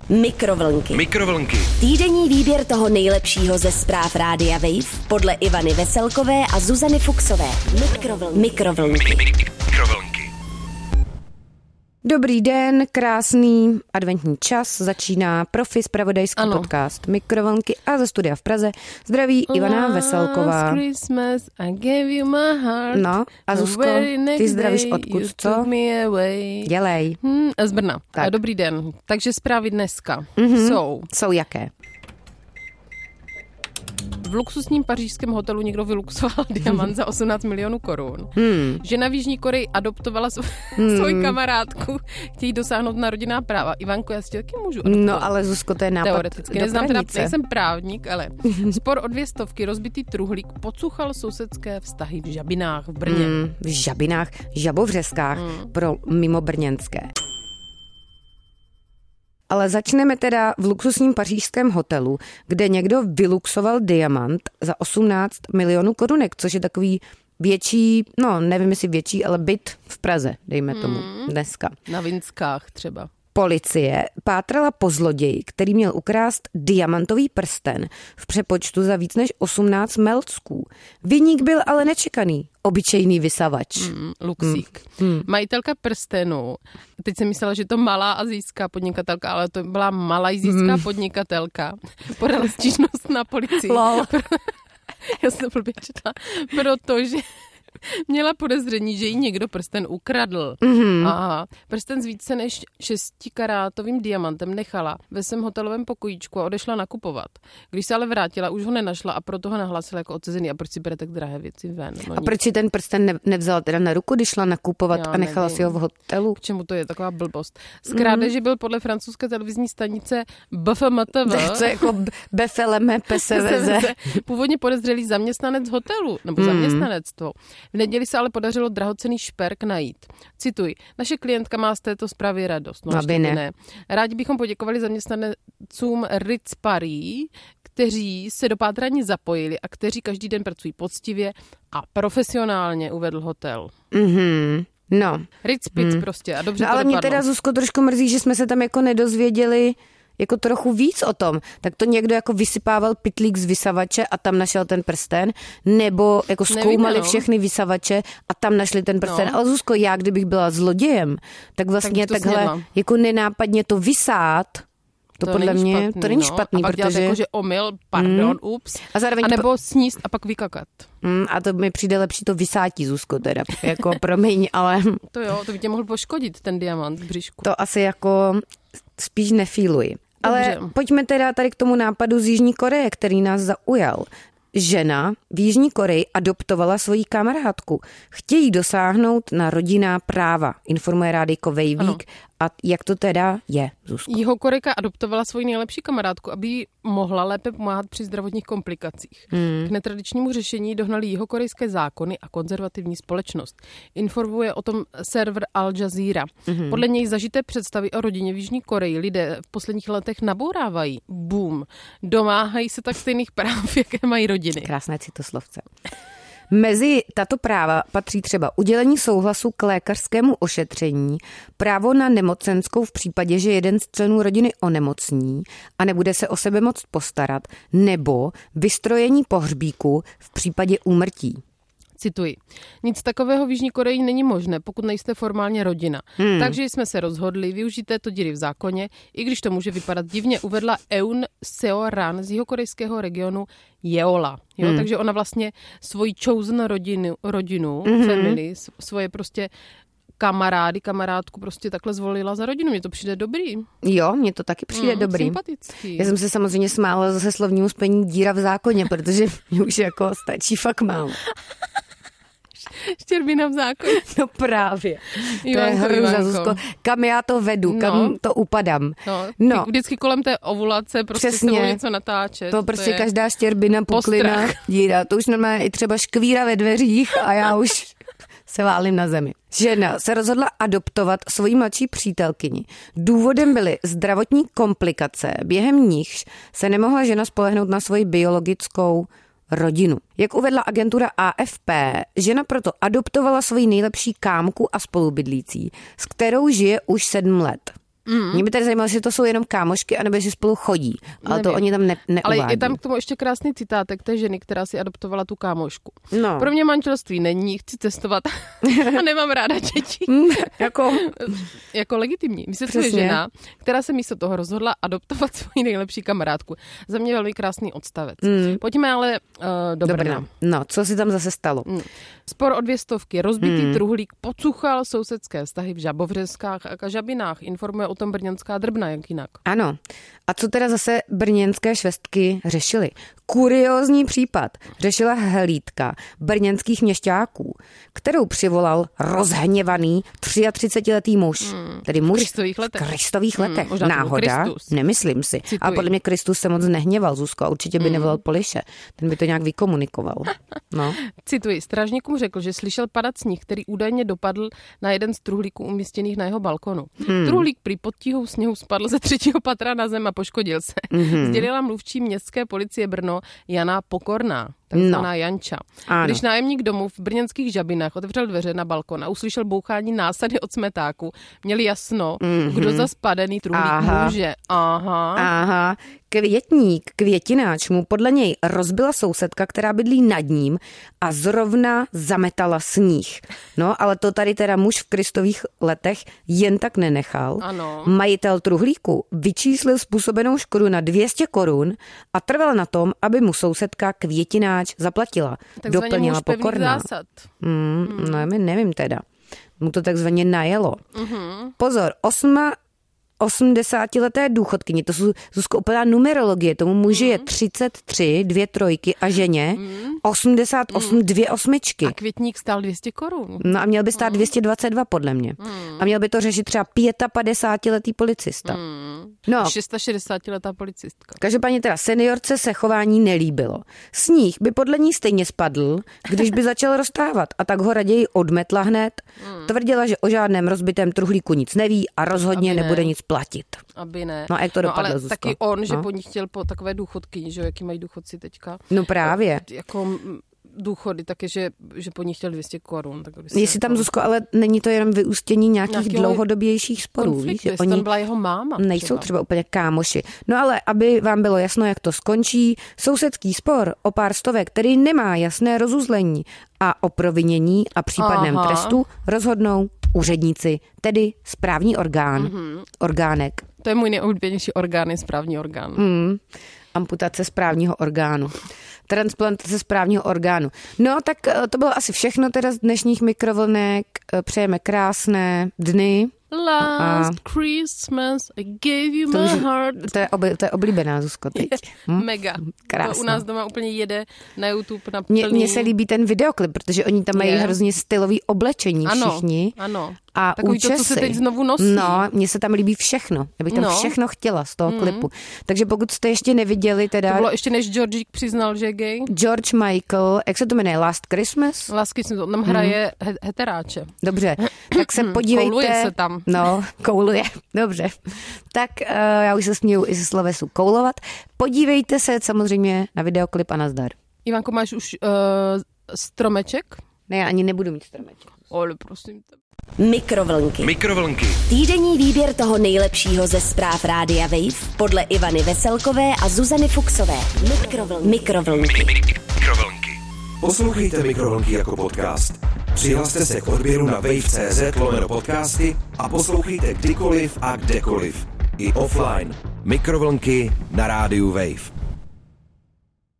Mikrovlnky. Týdenní výběr toho nejlepšího ze zpráv Rádia Wave podle Ivany Veselkové a Zuzany Fuxové. Mikrovlnky. Dobrý den, krásný adventní čas, začíná profi zpravodajský podcast Mikrovlnky a ze studia v Praze zdraví Ivana Veselková. Christmas, I gave you my heart. No a Zuzko, ty zdravíš odkud, co? Dělej. Z Brna. Dobrý den. Takže zprávy dneska jsou jaké? V luxusním pařížském hotelu někdo vyluxoval diamant za 18 milionů korun. Žena v Jižní Koreji adoptovala svoji kamarádku, chtějí dosáhnout na rodinná práva. Ivanko, já si tě taky můžu adoptovat. No ale Zuzko, to je nápad. Teoreticky. Neznám, teda nejsem právník, ale spor o 200, rozbitý truhlík pocuchal sousedské vztahy v Žabinách v Brně. V Žabinách, Žabovřeskách pro mimobrněnské. Ale začneme teda v luxusním pařížském hotelu, kde někdo vyluxoval diamant za 18 milionů korunek, což je takový větší, no nevím jestli větší, ale byt v Praze, dejme tomu dneska. Na Vinskách třeba. Policie pátrala po zloději, který měl ukrást diamantový prsten v přepočtu za víc než 18 melcků. Viník byl ale nečekaný. Obyčejný vysavač. Luxík. Majitelka prstenu, teď jsem myslela, že to malá asijská podnikatelka, ale to byla malajzijská podnikatelka. Podala stížnost na policii. Lol. Já jsem to blbě četla. Protože měla podezření, že jí někdo prsten ukradl. Aha. Prsten s více než 6karátovým diamantem nechala ve svém hotelovém pokojíčku a odešla nakupovat. Když se ale vrátila, už ho nenašla a proto ho nahlásila jako odcezený. A proč si bere tak drahé věci ven? A proč si ten prsten nevzala teda na ruku, když šla nakupovat a nechala si ho v hotelu? K čemu to je taková blbost? Z krádeže byl podle francouzské televizní stanice BFMTV. Co jako BFLM PSVZ. Původně podezřelý zaměstnanec hotelu, nebo zaměstnanectvo. V neděli se ale podařilo drahocenný šperk najít. Cituji, naše klientka má z této zprávy radost. No, aby ne. Rádi bychom poděkovali zaměstnancům Ritz Paris, kteří se do pátrání zapojili a kteří každý den pracují poctivě a profesionálně, uvedl hotel. No. Ritz Pic prostě a dobře to ale dopadlo. mě teda, Zuzko, trošku mrzí, že jsme se tam jako nedozvěděli jako trochu víc o tom, tak to někdo jako vysypával pytlík z vysavače a tam našel ten prsten, nebo jako zkoumali všechny vysavače a tam našli ten prsten. Ale Zuzko, já kdybych byla zlodějem, tak vlastně tak takhle jako nenápadně to vysát, to podle mě špatný, to není špatný, a pak protože jako, že omyl, ups, a nebo sníst a pak vykakat. A to mi přijde lepší to vysátí, Zuzko, teda, jako promiň, ale to jo, to by tě mohl poškodit, ten diamant v břišku. To asi jako spíš nefíluji. Ale pojďme teda tady k tomu nápadu z Jižní Koreje, který nás zaujal. Žena v Jižní Koreji adoptovala svoji kamarádku. Chtějí dosáhnout na rodinná práva, informuje Rádijko Vejvík. A jak to teda je, Zuzko? Jihokorejka adoptovala svoji nejlepší kamarádku, aby jí mohla lépe pomáhat při zdravotních komplikacích. K netradičnímu řešení dohnali jihokorejské zákony a konzervativní společnost. Informuje o tom server Al Jazeera. Podle něj zažité představy o rodině v Jižní Koreji lidé v posledních letech nabourávají. Boom. Domáhají se tak stejných práv, jaké mají rodiny. Krásné citoslovce. Mezi tato práva patří třeba udělení souhlasu k lékařskému ošetření, právo na nemocenskou v případě, že jeden z členů rodiny onemocní a nebude se o sebe moct postarat, nebo vystrojení pohřbíku v případě úmrtí. Cituji. Nic takového v Jižní Koreji není možné, pokud nejste formálně rodina. Takže jsme se rozhodli využít této díry v zákoně, i když to může vypadat divně, uvedla Eun Seo-ran z jihokorejského regionu Jeola. Jo, takže ona vlastně svoji chosen rodinu, family, svoje prostě kamarádku prostě takhle zvolila za rodinu. Mně to přijde dobrý. Jo, mně to taky přijde dobrý. Sympatický. Já jsem se samozřejmě smála zase slovnímu spojení díra v zákoně, protože mě už jako stačí fakt málo. Štěrbina v zákoně. No právě. To je hruza, Zuzko. Kam já to vedu, kam to upadám. No. Vždycky kolem té ovulace prostě se bude něco natáčet. To prostě každá štěrbina, puklina, díra. To už normálně i třeba škvíra ve dveřích a já už se válím na zemi. Žena se rozhodla adoptovat svoji mladší přítelkyni. Důvodem byly zdravotní komplikace, během nichž se nemohla žena spolehnout na svoji biologickou rodinu. Jak uvedla agentura AFP, žena proto adoptovala svoji nejlepší kámku a spolubydlící, s kterou žije už 7 let. Mě by tady zajímalo, jestli to jsou jenom kámošky, anebo jestli spolu chodí. Ale nevím. To oni tam neuvádí. Ale je tam k tomu ještě krásný citátek té ženy, která si adoptovala tu kámošku. No. Pro mě manželství není, chci cestovat a nemám ráda děti. Jako legitimní. Vysvětluje žena, která se místo toho rozhodla adoptovat svoji nejlepší kamarádku. Za mě velmi krásný odstavec. Pojďme ale do Brna. No, co si tam zase stalo? Spor o 200, rozbitý truhlík pocuchal sousedské vztahy v Žabovřeskách a Žabinách. Informuje o tom brněnská Drbna, jak jinak. Ano. A co teda zase brněnské švestky řešily? Kuriózní případ řešila hlídka brněnských měšťáků, kterou přivolal rozhněvaný 33letý muž. Tedy muž v Kristových letech. Náhoda? Nemyslím si. Cituji. A podle mě Kristus se moc nehněval, Zuzko, a určitě by nevolal Poliše. Ten by to nějak vykomunikoval. No. Cituji. Strážníkům řekl, že slyšel padat sníh, který údajně dopadl na jeden z truhlíků umístěných na jeho balkonu. Truhlík prý pod tíhou sněhu spadl ze 3. patra na zem a poškodil se. Sdělila mluvčí městské policie Brno Jana Pokorná, takzvaná Janča. Ano. Když nájemník domu v brněnských Žabinách otevřel dveře na balkon a uslyšel bouchání násady od smetáku, měli jasno, kdo za spadený truhlík může. Aha. Květináč mu podle něj rozbila sousedka, která bydlí nad ním a zrovna zametala sníh. No, ale to tady teda muž v Kristových letech jen tak nenechal. Ano. Majitel truhlíku vyčíslil způsobenou škodu na 200 korun a trval na tom, aby mu sousedka Květináč zaplatila. Doplnila Pokorná. No, nevím teda. Mu to takzvaně najelo. Pozor, 80leté důchodkyni, to jsou úplná numerologie, tomu muži je 33, 2 trojky a ženě 88, 2 osmičky. A květník stál 200 korun. No a měl by stát 222 podle mě. A měl by to řešit třeba 55letý policista. No. 660letá policistka. Každopádně teda seniorce se chování nelíbilo. Sníh by podle ní stejně spadl, když by začal roztávat, a tak ho raději odmetla hned. Tvrdila, že o žádném rozbitém truhlíku nic neví a rozhodně nebude nic platit. Aby ne. No a jak to dopadlo, ale Zuzko? Taky on, že po ní chtěl po takové důchodkyni, že jaký mají důchodci teďka. No právě. Jako důchody, taky, že po ní chtěl 200 korun. Jestli tam, Zuzko, ale není to jenom vyústění nějakých dlouhodobějších sporů. Víš, že oni byla jeho máma. Nejsou třeba úplně kámoši. No ale aby vám bylo jasno, jak to skončí, sousedský spor o pár stovek, který nemá jasné rozuzlení a o provinění a případném trestu rozhodnou úředníci, tedy správní orgán, orgánek. To je můj nejoblíbenější orgán, je správní orgán. Amputace správního orgánu. Transplantace správního orgánu. No, tak to bylo asi všechno teda z dnešních mikrovlnek. Přejeme krásné dny. Last Christmas I gave you my heart. To je oblíbená, Zuzko, teď. Mega. Krásná. To u nás doma úplně jede na YouTube na plný. Mně se líbí ten videoklip, protože oni tam mají hrozně stylový oblečení všichni. Ano. A takový účesy. To, co se teď znovu nosí. No, mně se tam líbí všechno. Já bych tam všechno chtěla z toho klipu. Takže pokud jste ještě neviděli teda... To bylo ještě než Georgík přiznal, že je gay. George Michael, jak se to jmenuje? Last Christmas? Last Christmas, tam hraje heteráče. Dobře, tak se podívejte. Kouluje se tam. No, kouluje, dobře. Tak já už se směju i ze slovesu koulovat. Podívejte se samozřejmě na videoklip a nazdar. Ivanko, máš už stromeček? Ne, já ani nebudu mít stromeček. Ale prosím tebe. Mikrovlnky. Týdenní výběr toho nejlepšího ze zpráv Rádia Wave podle Ivany Veselkové a Zuzany Fuksové. Mikrovlnky. Poslouchejte Mikrovlnky jako podcast. Přihlaste se k odběru na wave.cz/podcasty a poslouchejte kdykoliv a kdekoliv. I offline. Mikrovlnky na rádiu Wave.